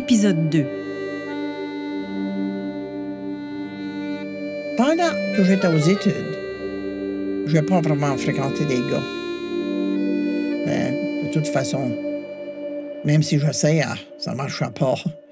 épisode 2. Pendant que j'étais aux études, je n'ai pas vraiment fréquenté des gars. Mais de toute façon, même si j'essayais, ça ne marchait pas.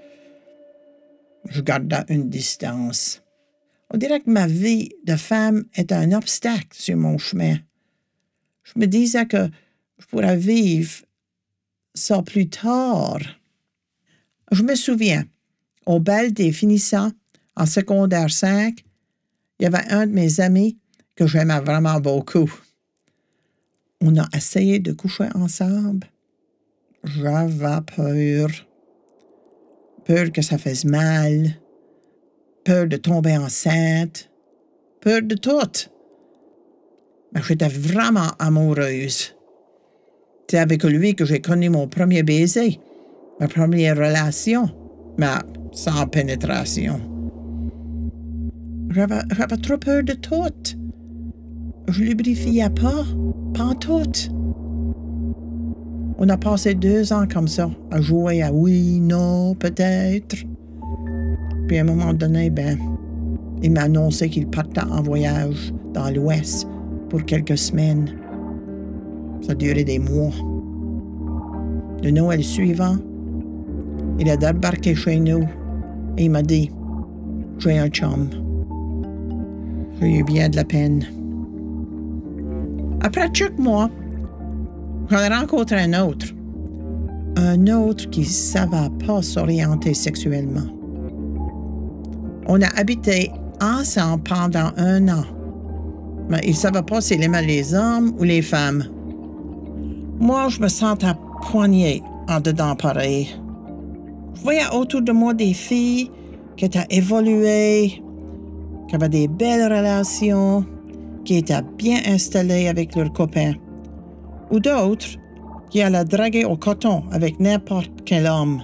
Je gardais une distance. On dirait que ma vie de femme était un obstacle sur mon chemin. Je me disais que je pourrais vivre ça plus tard. Je me souviens, au bal des finissants, en secondaire 5, il y avait un de mes amis que j'aimais vraiment beaucoup. On a essayé de coucher ensemble. J'avais peur. Peur que ça fasse mal. Peur de tomber enceinte. Peur de tout. Mais j'étais vraiment amoureuse. C'est avec lui que j'ai connu mon premier baiser, ma première relation, mais sans pénétration. J'avais trop peur de tout. Je lubrifiais pas tout. On a passé 2 ans comme ça, à jouer à oui, non, peut-être. Puis à un moment donné, il m'a annoncé qu'il partait en voyage dans l'Ouest pour quelques semaines. Ça a duré des mois. Le Noël suivant, il a débarqué chez nous et il m'a dit « J'ai un chum ». J'ai eu bien de la peine. Après chaque mois, j'en ai rencontré un autre. Un autre qui ne savait pas s'orienter sexuellement. On a habité ensemble pendant 1 an. Mais il ne savait pas s'il aimait les hommes ou les femmes. Moi, je me sentais poignée en dedans pareil. Je voyais autour de moi des filles qui étaient évoluées, qui avaient des belles relations, qui étaient bien installées avec leurs copains. Ou d'autres qui allaient draguer au coton avec n'importe quel homme.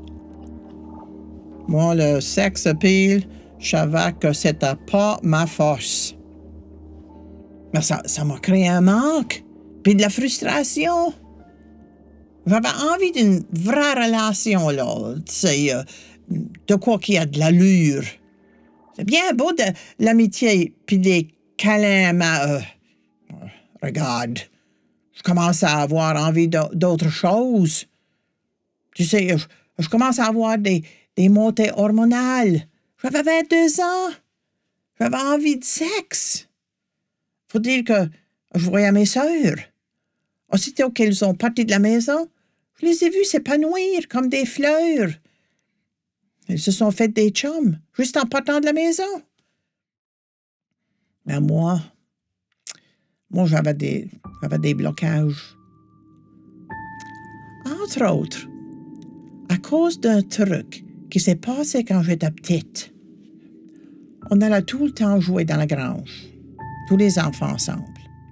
Moi, le sex appeal, je savais que c'était pas ma force. Mais ça m'a créé un manque, puis de la frustration. J'avais envie d'une vraie relation, là, tu sais, de quoi qui a de l'allure. C'est bien beau de l'amitié, puis des câlins, mais regarde, je commence à avoir envie d'autre chose. Tu sais, je commence à avoir des montées hormonales. J'avais 22 ans. J'avais envie de sexe. Faut dire que je voyais mes sœurs. Aussitôt qu'elles ont parti de la maison, je les ai vues s'épanouir comme des fleurs. Elles se sont faites des chums, juste en partant de la maison. Mais moi, j'avais des blocages. Entre autres, à cause d'un truc qui s'est passé quand j'étais petite. On allait tout le temps jouer dans la grange, tous les enfants ensemble.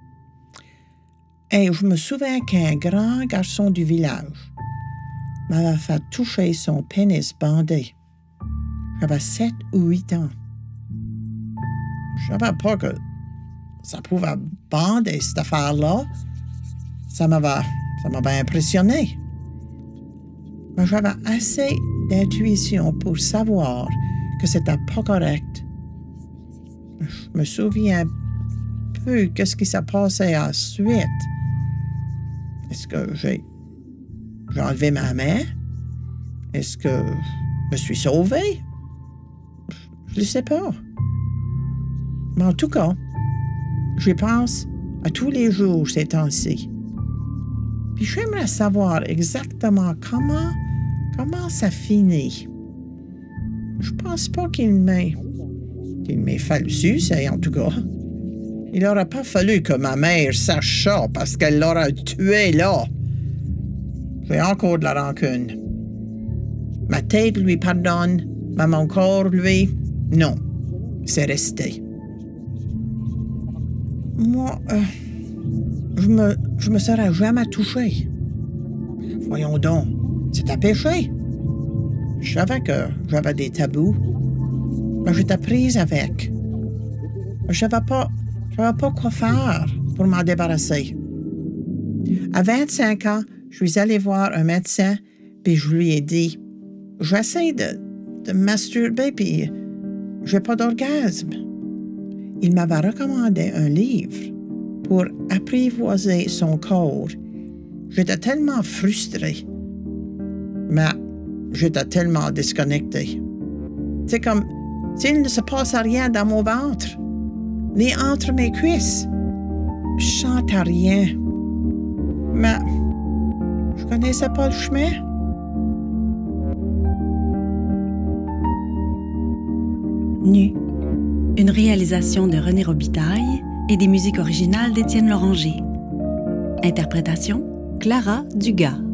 Et je me souviens qu'un grand garçon du village m'avait fait toucher son pénis bandé. J'avais 7 ou 8 ans. Je ne savais pas que ça pouvait bander, cette affaire-là. Ça m'avait impressionné. Mais j'avais assez d'intuition pour savoir que c'était pas correct. Je me souviens peu qu'est-ce qui s'est passé ensuite. Est-ce que j'ai enlevé ma main? Est-ce que je me suis sauvée? Je ne sais pas. Mais en tout cas, je pense à tous les jours ces temps-ci. Puis j'aimerais savoir exactement comment ça finit. Je pense pas qu'il m'ait fallu sucer, en tout cas. Il n'aurait pas fallu que ma mère sache ça parce qu'elle l'aurait tué là. J'ai encore de la rancune. Ma tête lui pardonne, mais mon corps, lui, non. C'est resté. Moi, je me serais jamais touchée. Voyons donc, c'est un péché. Je savais que j'avais des tabous, mais j'étais prise avec. Je savais pas quoi faire pour m'en débarrasser. À 25 ans, je suis allée voir un médecin, puis je lui ai dit j'essaie de masturber puis j'ai pas d'orgasme. Il m'avait recommandé un livre pour apprivoiser son corps. J'étais tellement frustrée, mais j'étais tellement déconnectée. C'est comme s'il ne se passe rien dans mon ventre, ni entre mes cuisses. Je sentais rien, mais je connaissais pas le chemin. Nu, une réalisation de René Robitaille et des musiques originales d'Étienne Loranger. Interprétation, Clara Dugas.